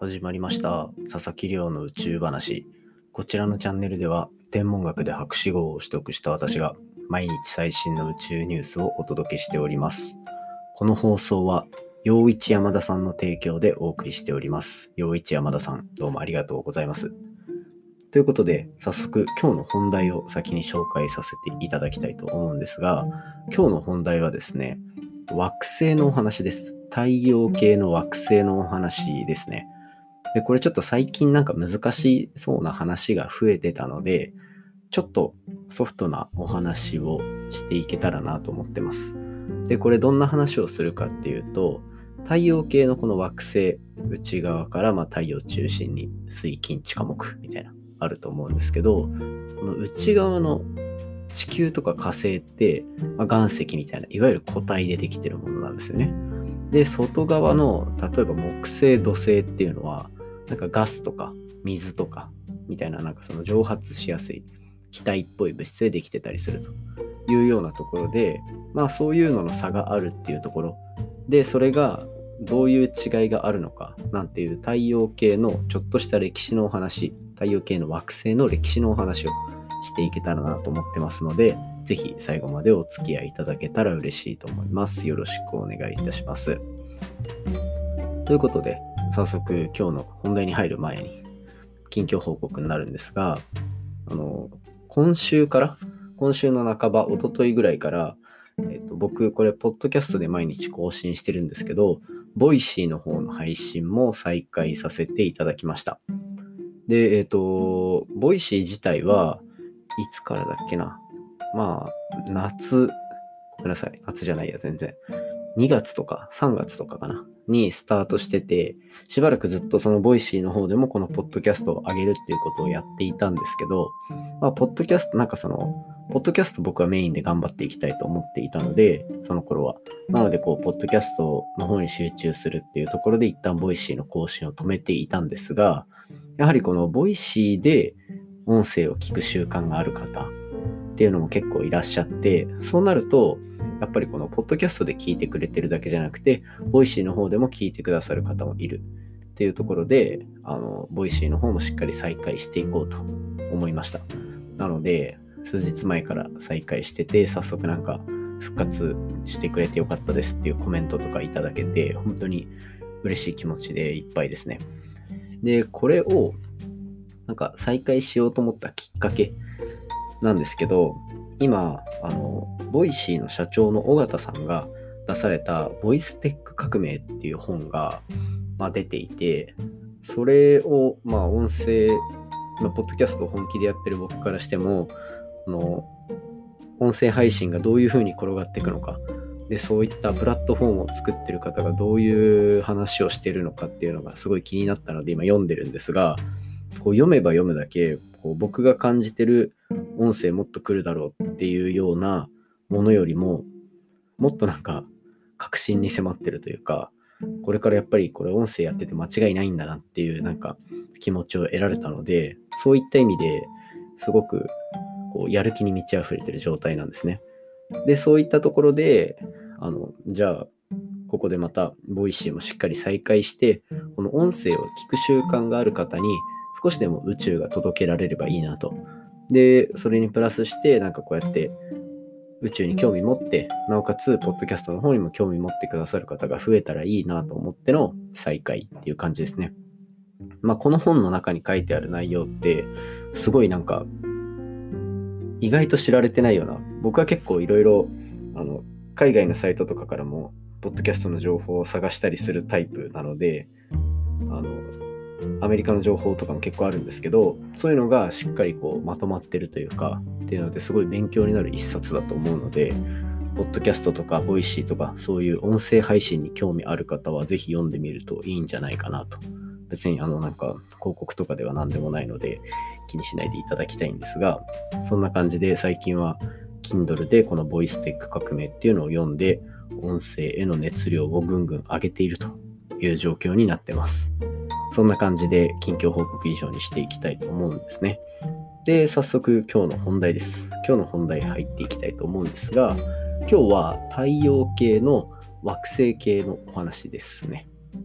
始まりました佐々木亮の宇宙話。こちらのチャンネルでは天文学で博士号を取得した私が毎日最新の宇宙ニュースをお届けしております。この放送は陽一山田さんの提供でお送りしております。陽一山田さん、どうもありがとうございます。ということで、早速今日の本題を先に紹介させていただきたいと思うんですが、今日の本題はですね、惑星のお話です。太陽系の惑星のお話ですね。で、これちょっと最近なんか難しそうな話が増えてたので、ちょっとソフトなお話をしていけたらなと思ってます。で、これどんな話をするかっていうと、太陽系のこの惑星、内側から太陽中心に水金地火木みたいなあると思うんですけど、この内側の地球とか火星って、岩石みたいないわゆる固体でできてるものなんですよね。で、外側の例えば木星土星っていうのはなんかガスとか水とかみたいななんかその蒸発しやすい気体っぽい物質でできてたりするというようなところで、そういうのの差があるっていうところで、それがどういう違いがあるのかなんていう太陽系のちょっとした歴史のお話、太陽系の惑星の歴史のお話をしていけたらなと思ってますので、ぜひ最後までお付き合いいただけたら嬉しいと思います。よろしくお願いいたします。ということで、早速今日の本題に入る前に近況報告になるんですが、今週の半ば、一昨日ぐらいから、僕これポッドキャストで毎日更新してるんですけど、ボイシーの方の配信も再開させていただきました。で、ボイシー自体はいつからだっけな、夏じゃないや、全然2月とか3月とかかなにスタートしてて、しばらくずっとそのボイシーの方でもこのポッドキャストを上げるっていうことをやっていたんですけど、ポッドキャスト僕はメインで頑張っていきたいと思っていたので、その頃は。なのでポッドキャストの方に集中するっていうところで一旦ボイシーの更新を止めていたんですが、やはりこのボイシーで音声を聞く習慣がある方っていうのも結構いらっしゃって、そうなると、やっぱりこのポッドキャストで聞いてくれてるだけじゃなくて、ボイシーの方でも聞いてくださる方もいるっていうところで、ボイシーの方もしっかり再開していこうと思いました。なので、数日前から再開してて、早速なんか復活してくれてよかったですっていうコメントとかいただけて、本当に嬉しい気持ちでいっぱいですね。で、これをなんか再開しようと思ったきっかけなんですけど、今ボイシーの社長の尾形さんが出されたボイステック革命っていう本が、出ていて、それを音声、ポッドキャストを本気でやってる僕からしても、この音声配信がどういう風に転がっていくのかで、そういったプラットフォームを作ってる方がどういう話をしてるのかっていうのがすごい気になったので今読んでるんですが、読めば読むだけ僕が感じてる音声もっと来るだろうっていうようなものよりももっとなんか確信に迫ってるというか、これからやっぱりこれ音声やってて間違いないんだなっていうなんか気持ちを得られたので、そういった意味ですごくやる気に満ち溢れてる状態なんですね。で、そういったところでじゃあここでまたボイシーもしっかり再開して、この音声を聞く習慣がある方に少しでも宇宙が届けられればいいなと。で、それにプラスしてなんかこうやって宇宙に興味持って、なおかつポッドキャストの方にも興味持ってくださる方が増えたらいいなと思っての再開っていう感じですね。この本の中に書いてある内容ってすごいなんか意外と知られてないような、僕は結構いろいろ海外のサイトとかからもポッドキャストの情報を探したりするタイプなので、アメリカの情報とかも結構あるんですけど、そういうのがしっかりまとまってるというかっていうのですごい勉強になる一冊だと思うので、ポッドキャストとかボイシーとかそういう音声配信に興味ある方はぜひ読んでみるといいんじゃないかなと。別になんか広告とかでは何でもないので気にしないでいただきたいんですが、そんな感じで最近は Kindle でこのボイステック革命っていうのを読んで、音声への熱量をぐんぐん上げているという状況になってます。そんな感じで近況報告以上にしていきたいと思うんですね。で、早速今日の本題です。今日の本題入っていきたいと思うんですが、今日は太陽系の惑星系のお話ですね。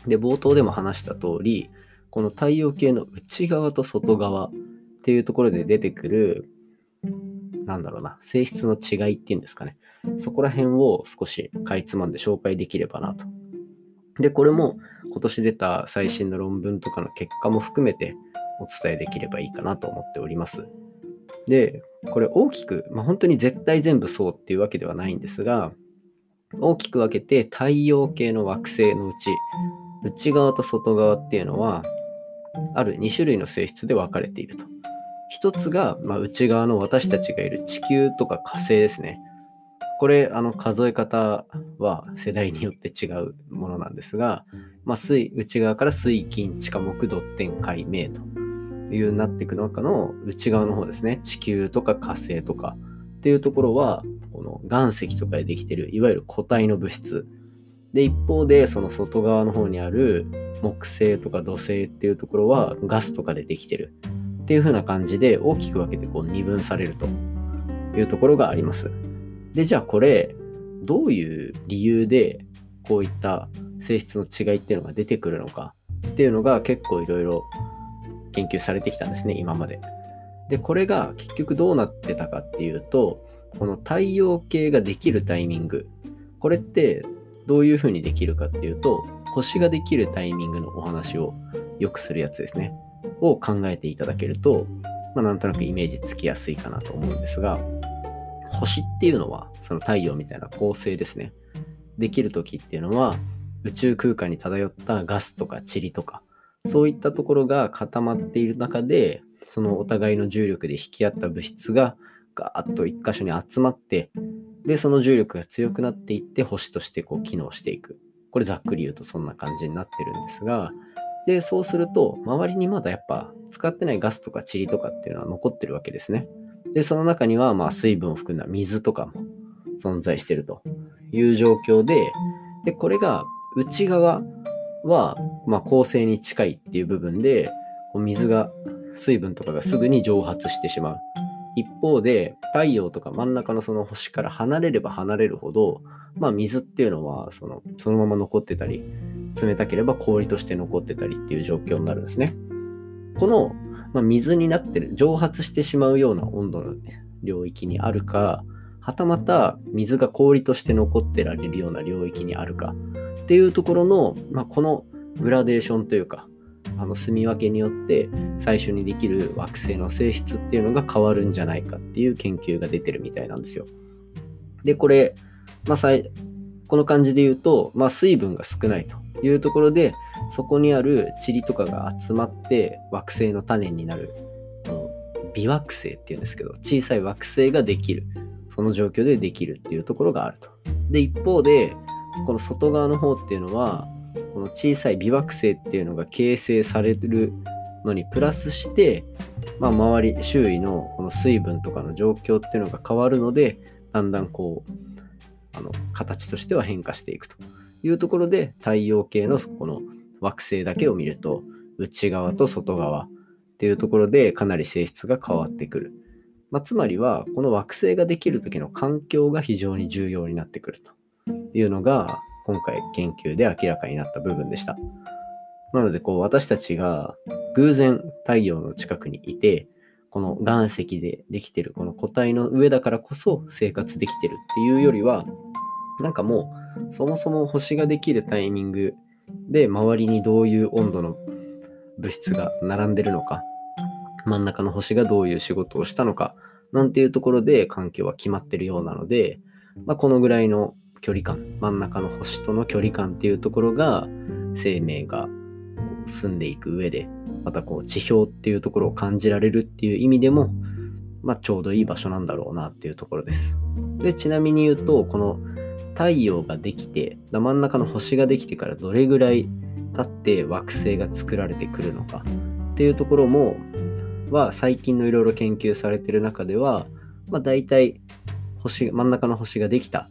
で、冒頭でも話した通り、この太陽系の内側と外側っていうところで出てくる、性質の違いっていうんですかね。そこら辺を少しかいつまんで紹介できればなと。で、これも今年出た最新の論文とかの結果も含めてお伝えできればいいかなと思っております。で、これ大きく、本当に絶対全部そうっていうわけではないんですが、大きく分けて太陽系の惑星のうち、内側と外側っていうのは、ある2種類の性質で分かれていると。一つが、内側の私たちがいる地球とか火星ですね。これ、数え方は世代によって違うものなんですが、内側から水金地下木土天海冥というなっていく中の内側の方ですね。地球とか火星とかっていうところは、この岩石とかでできているいわゆる固体の物質で、一方でその外側の方にある木星とか土星っていうところはガスとかでできてるっていう風な感じで大きく分けて二分されるというところがあります。で、じゃあこれどういう理由でこういった性質の違いっていうのが出てくるのかっていうのが結構いろいろ研究されてきたんですね、今まで。で、これが結局どうなってたかっていうと、この太陽系ができるタイミング、これってどういうふうにできるかっていうと、星ができるタイミングのお話をよくするやつですね、を考えていただけると、なんとなくイメージつきやすいかなと思うんですが、星っていうのはその太陽みたいな恒星ですね。できる時っていうのは宇宙空間に漂ったガスとか塵とかそういったところが固まっている中で、そのお互いの重力で引き合った物質がガーッと一箇所に集まって、でその重力が強くなっていって星として機能していく。これざっくり言うとそんな感じになってるんですが、でそうすると周りにまだやっぱ使ってないガスとか塵とかっていうのは残ってるわけですね。でその中には水分を含んだ水とかも存在しているという状況で、これが内側は恒星に近いっていう部分で水が水分とかがすぐに蒸発してしまう。一方で太陽とか真ん中のその星から離れれば離れるほど、水っていうのはそのまま残ってたり、冷たければ氷として残ってたりっていう状況になるんですね。この、水になってる、蒸発してしまうような温度の領域にあるか、はたまた水が氷として残ってられるような領域にあるかっていうところの、このグラデーションというか、住み分けによって最初にできる惑星の性質っていうのが変わるんじゃないかっていう研究が出てるみたいなんですよ。で、これ、この感じで言うと、水分が少ないというところで、そこにある塵とかが集まって惑星の種になる、微惑星っていうんですけど、小さい惑星ができる。その状況でできるっていうところがあると。で、一方で、この外側の方っていうのは、この小さい微惑星っていうのが形成されるのにプラスして、周り、周囲のこの水分とかの状況っていうのが変わるので、だんだん形としては変化していくというところで、太陽系のこの惑星だけを見ると、内側と外側っていうところでかなり性質が変わってくる。つまりは、この惑星ができる時の環境が非常に重要になってくるというのが、今回研究で明らかになった部分でした。なので、私たちが偶然太陽の近くにいて、この岩石でできてるこの固体の上だからこそ生活できてるっていうよりは、もうそもそも星ができるタイミングで周りにどういう温度の物質が並んでるのか、真ん中の星がどういう仕事をしたのかなんていうところで環境は決まってるようなので、このぐらいの距離感、真ん中の星との距離感っていうところが生命が住んでいく上で、また地表っていうところを感じられるっていう意味でも、ちょうどいい場所なんだろうなっていうところです。で、ちなみに言うと、この太陽ができて、真ん中の星ができてからどれぐらい経って惑星が作られてくるのかっていうところも最近のいろいろ研究されている中では、だいたい真ん中の星ができた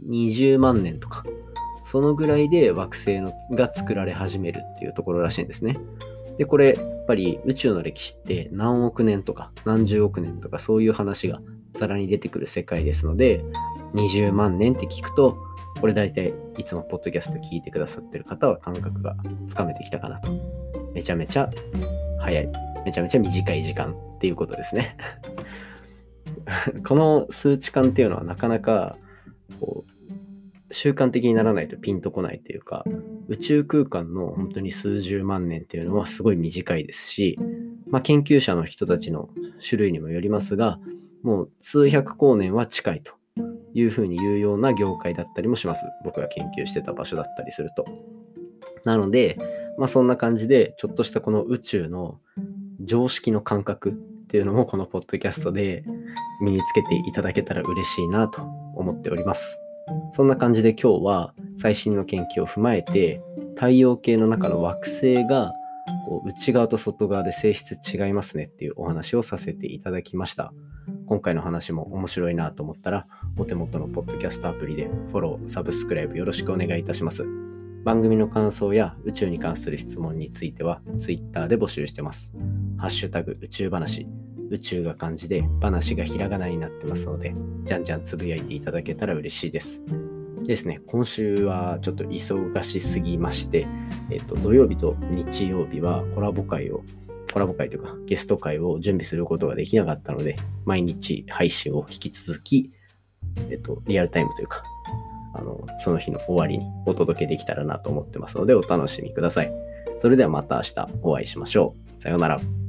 20万年とか、そのぐらいで惑星が作られ始めるっていうところらしいんですね。で、これやっぱり宇宙の歴史って何億年とか何十億年とかそういう話がざらに出てくる世界ですので、20万年って聞くとこれ大体いつもポッドキャスト聞いてくださってる方は感覚がつかめてきたかなと。めちゃめちゃ早い、めちゃめちゃ短い時間っていうことですね。この数値感っていうのはなかなかこう習慣的にならないとピンとこないというか、宇宙空間の本当に数十万年っていうのはすごい短いですし、研究者の人たちの種類にもよりますが、もう数百光年は近いというふうに言うような業界だったりもします。僕が研究してた場所だったりすると。なので、そんな感じでちょっとしたこの宇宙の常識の感覚っていうのもこのポッドキャストで身につけていただけたら嬉しいなと思っております。そんな感じで今日は最新の研究を踏まえて、太陽系の中の惑星が内側と外側で性質違いますねっていうお話をさせていただきました。今回の話も面白いなと思ったら、お手元のポッドキャストアプリでフォロー、サブスクライブよろしくお願いいたします。番組の感想や宇宙に関する質問については Twitter で募集してます。ハッシュタグ宇宙話、宇宙が漢字で話がひらがなになってますので、じゃんじゃんつぶやいていただけたら嬉しいです。ですね、今週はちょっと忙しすぎまして、土曜日と日曜日はコラボ会というかゲスト会を準備することができなかったので、毎日配信を引き続き、リアルタイムというか、その日の終わりにお届けできたらなと思ってますので、お楽しみください。それではまた明日お会いしましょう。さようなら。